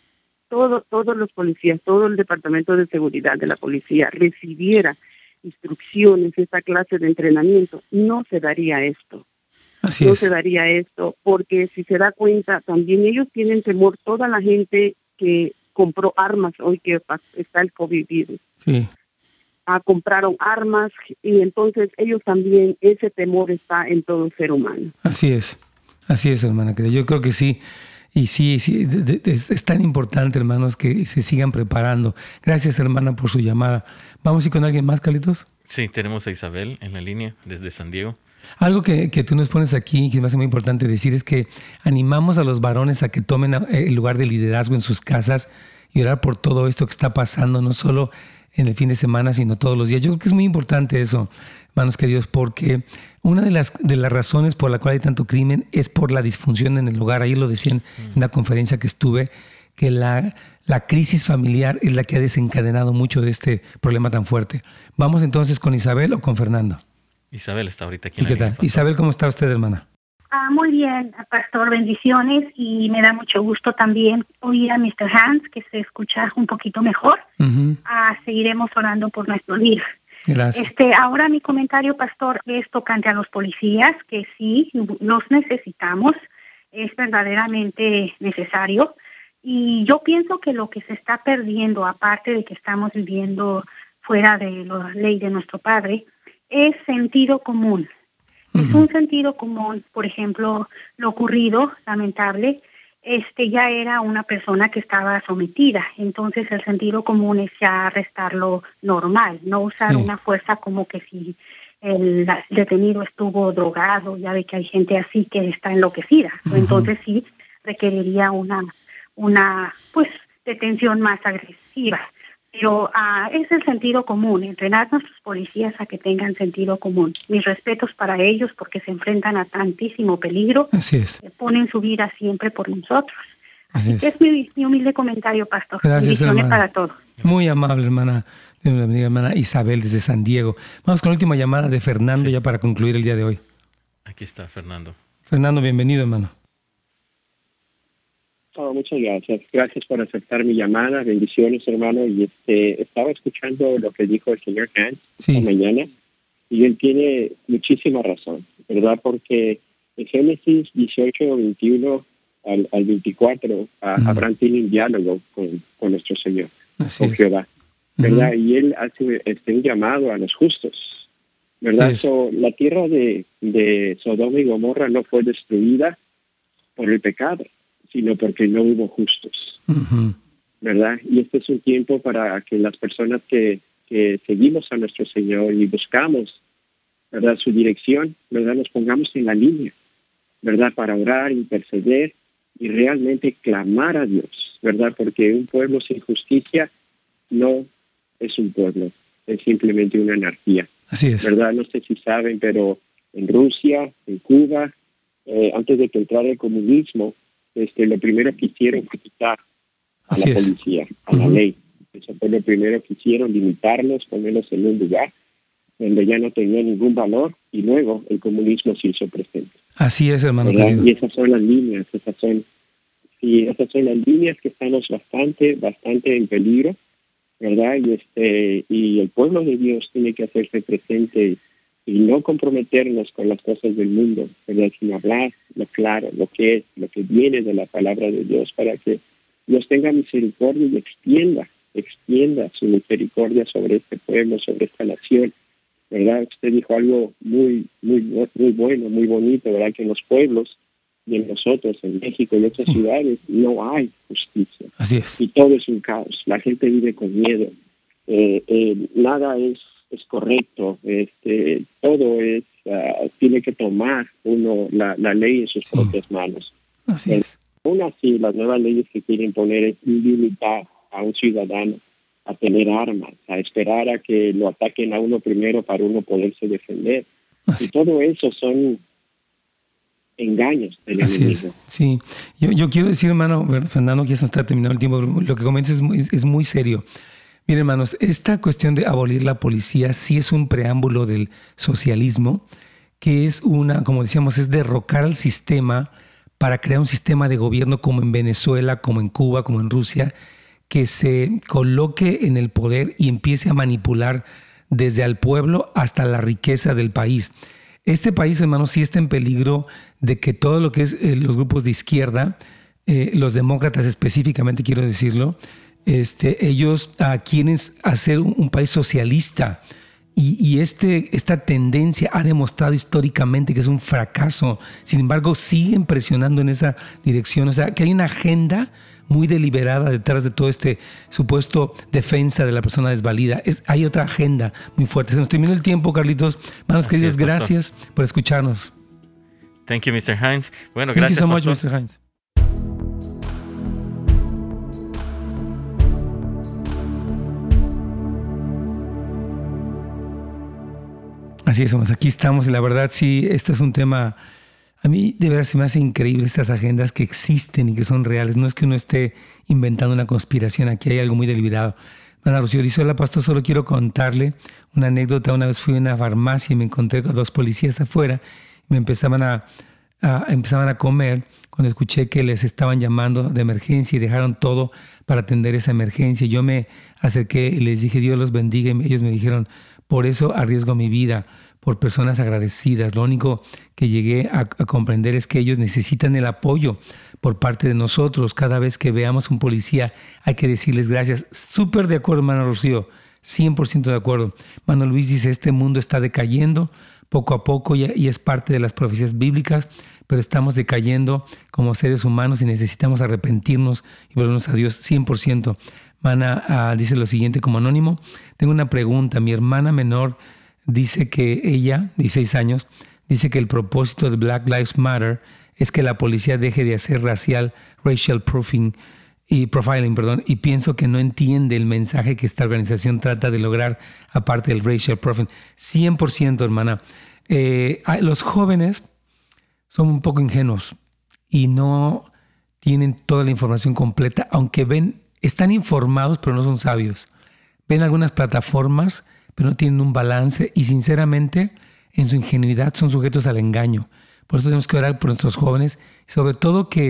todo, todos los policías, todo el departamento de seguridad de la policía recibiera instrucciones, esta clase de entrenamiento, no se daría esto. Así no es. se daría esto, porque si se da cuenta, también ellos tienen temor, toda la gente que compró armas hoy que está el COVID virus. Sí. Ah, compraron armas y entonces ellos también, ese temor está en todo ser humano. Así es, así es, hermana. Yo creo que sí. Y sí, sí de, de, es tan importante, hermanos, que se sigan preparando. Gracias, hermana, por su llamada. ¿Vamos a ir con alguien más, Carlitos? Sí, tenemos a Isabel en la línea desde San Diego. Algo que, que tú nos pones aquí, que me hace muy importante decir, es que animamos a los varones a que tomen el lugar de liderazgo en sus casas y orar por todo esto que está pasando, no solo en el fin de semana, sino todos los días. Yo creo que es muy importante eso, hermanos queridos, porque una de las, de las razones por la cual hay tanto crimen es por la disfunción en el hogar. Ayer lo decían mm. en una conferencia que estuve, que la, la crisis familiar es la que ha desencadenado mucho de este problema tan fuerte. ¿Vamos entonces con Isabel o con Fernando? Isabel está ahorita aquí en ¿Y la qué tal? línea, Isabel, ¿cómo está usted, hermana? Ah, muy bien, pastor, bendiciones, y me da mucho gusto también oír a mister Hans, que se escucha un poquito mejor. Uh-huh. Ah, seguiremos orando por nuestros líderes. Gracias. Este, ahora mi comentario, pastor, es tocante a los policías, que sí, los necesitamos, es verdaderamente necesario, y yo pienso que lo que se está perdiendo, aparte de que estamos viviendo fuera de la ley de nuestro Padre, es sentido común. Uh-huh. Es un sentido común, por ejemplo, lo ocurrido, lamentable, este ya era una persona que estaba sometida, entonces el sentido común es ya restarlo normal, no usar sí. una fuerza como que si el detenido estuvo drogado, ya ve que hay gente así que está enloquecida, uh-huh. entonces sí requeriría una, una pues detención más agresiva. Pero uh, es el sentido común, entrenar a nuestros policías a que tengan sentido común. Mis respetos para ellos porque se enfrentan a tantísimo peligro. Así es. Ponen su vida siempre por nosotros. Así, Así es, es mi, mi humilde comentario, pastor. Gracias, bendiciones hermana. para todos. Muy amable, hermana. Mi hermana Isabel desde San Diego. Vamos con la última llamada de Fernando sí. ya para concluir el día de hoy. Aquí está Fernando. Fernando, bienvenido, hermano. Oh, muchas gracias. Gracias por aceptar mi llamada. Bendiciones, hermano. Y este, estaba escuchando lo que dijo el señor Hans sí. esta mañana, y él tiene muchísima razón, ¿verdad? Porque en Génesis dieciocho, veintiuno al, al veinticuatro, a, uh-huh. Abraham tiene un diálogo con, con nuestro Señor, Así con es. Jehová, ¿verdad? Uh-huh. Y él hace este, un llamado a los justos, ¿verdad? Sí so, la tierra de, de Sodoma y Gomorra no fue destruida por el pecado, sino porque no hubo justos, uh-huh. ¿verdad? Y este es un tiempo para que las personas que, que seguimos a nuestro Señor y buscamos, ¿verdad?, su dirección, ¿verdad?, nos pongamos en la línea, ¿verdad?, para orar, interceder y realmente clamar a Dios, ¿verdad? Porque un pueblo sin justicia no es un pueblo, es simplemente una anarquía. Así es. ¿Verdad? No sé si saben, pero en Rusia, en Cuba, eh, antes de que entrara el comunismo, Este, lo primero que hicieron fue quitar a Así la es. policía, a uh-huh. la ley. Eso fue lo primero que hicieron, limitarlos, ponerlos en un lugar donde ya no tenía ningún valor, y luego el comunismo se hizo presente. Así es, hermano ¿verdad? querido. Y esas son las líneas, esas son, sí, esas son las líneas que estamos bastante, bastante en peligro, ¿verdad? Y este, y el pueblo de Dios tiene que hacerse presente y no comprometernos con las cosas del mundo, ¿verdad?, sino hablar lo claro, lo que es, lo que viene de la palabra de Dios, para que Dios tenga misericordia y extienda, extienda su misericordia sobre este pueblo, sobre esta nación, ¿verdad? Usted dijo algo muy, muy, muy bueno, muy bonito, ¿verdad?, que en los pueblos y en nosotros, en México y otras sí. ciudades, no hay justicia. Así es. Y todo es un caos, la gente vive con miedo, eh, eh, nada es es correcto, este, todo es, uh, tiene que tomar uno la, la ley en sus sí. propias manos. Así es. Aún así, las nuevas leyes que quieren poner es limitar a un ciudadano a tener armas, a esperar a que lo ataquen a uno primero para uno poderse defender. Así. Y todo eso son engaños del Así enemigo. Es. Sí, yo, yo quiero decir, hermano Fernando, que ya se está terminando el tiempo, lo que comentas es muy, es muy serio. Miren, hermanos, esta cuestión de abolir la policía sí es un preámbulo del socialismo, que es una, como decíamos, es derrocar al sistema para crear un sistema de gobierno como en Venezuela, como en Cuba, como en Rusia, que se coloque en el poder y empiece a manipular desde al pueblo hasta la riqueza del país. Este país, hermanos, sí está en peligro de que todo lo que es eh, los grupos de izquierda, eh, los demócratas específicamente, quiero decirlo, Este, ellos uh, quieren hacer un, un país socialista y, y este, esta tendencia ha demostrado históricamente que es un fracaso. Sin embargo, siguen presionando en esa dirección. O sea, que hay una agenda muy deliberada detrás de todo este supuesto defensa de la persona desvalida. Es, hay otra agenda muy fuerte. Se nos terminó el tiempo, Carlitos. Hermanos queridos, gracias por escucharnos. Thank you, mister Hines. Bueno, Thank gracias, you so much, Pastor. mister Hines. Así es, aquí estamos y la verdad sí, esto es un tema, a mí de verdad se me hace increíble estas agendas que existen y que son reales. No es que uno esté inventando una conspiración, aquí hay algo muy deliberado. Ana Rocío dice, hola pastor, solo quiero contarle una anécdota. Una vez fui a una farmacia y me encontré con dos policías afuera y me empezaban a, a, empezaban a comer cuando escuché que les estaban llamando de emergencia y dejaron todo para atender esa emergencia. Yo me acerqué y les dije, Dios los bendiga, y ellos me dijeron, por eso arriesgo mi vida, por personas agradecidas. Lo único que llegué a, a comprender es que ellos necesitan el apoyo por parte de nosotros. Cada vez que veamos un policía hay que decirles gracias. Súper de acuerdo, hermano Rocío, cien por ciento de acuerdo. Hermano Luis dice, este mundo está decayendo poco a poco y, y es parte de las profecías bíblicas, pero estamos decayendo como seres humanos y necesitamos arrepentirnos y volvernos a Dios cien por ciento. Mana uh, dice lo siguiente como anónimo, tengo una pregunta. Mi hermana menor dice que ella, dieciséis años, dice que el propósito de Black Lives Matter es que la policía deje de hacer racial, racial proofing y profiling, perdón, y pienso que no entiende el mensaje que esta organización trata de lograr aparte del racial proofing. cien por ciento, hermana. Eh, los jóvenes son un poco ingenuos y no tienen toda la información completa, aunque ven están informados, pero no son sabios. Ven algunas plataformas, pero no tienen un balance y sinceramente, en su ingenuidad, son sujetos al engaño. Por eso tenemos que orar por nuestros jóvenes, sobre todo que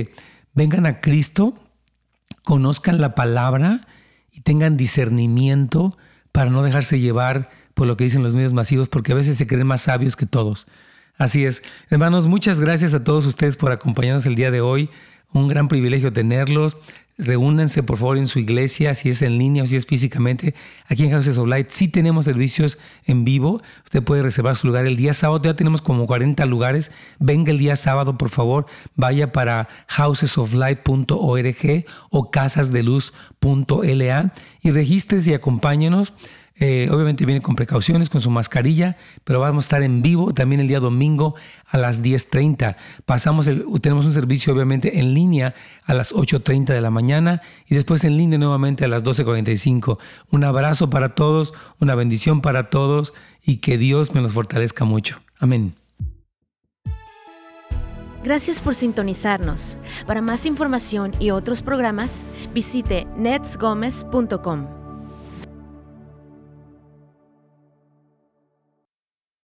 vengan a Cristo, conozcan la palabra y tengan discernimiento para no dejarse llevar por lo que dicen los medios masivos, porque a veces se creen más sabios que todos. Así es. Hermanos, muchas gracias a todos ustedes por acompañarnos el día de hoy. Un gran privilegio tenerlos. Reúnanse por favor en su iglesia, si es en línea o si es físicamente. Aquí en Houses of Light sí tenemos servicios en vivo. Usted puede reservar su lugar el día sábado. Ya tenemos como cuarenta lugares. Venga el día sábado, por favor. Vaya para houses of light punto org o casas de luz punto la y regístrese y acompáñenos. Eh, obviamente viene con precauciones, con su mascarilla, pero vamos a estar en vivo también el día domingo a las diez treinta. Pasamos el, tenemos un servicio obviamente en línea a las ocho treinta de la mañana y después en línea nuevamente a las doce cuarenta y cinco. Un abrazo para todos, una bendición para todos y que Dios me los fortalezca mucho. Amén. Gracias por sintonizarnos. Para más información y otros programas, visite nets gomez punto com.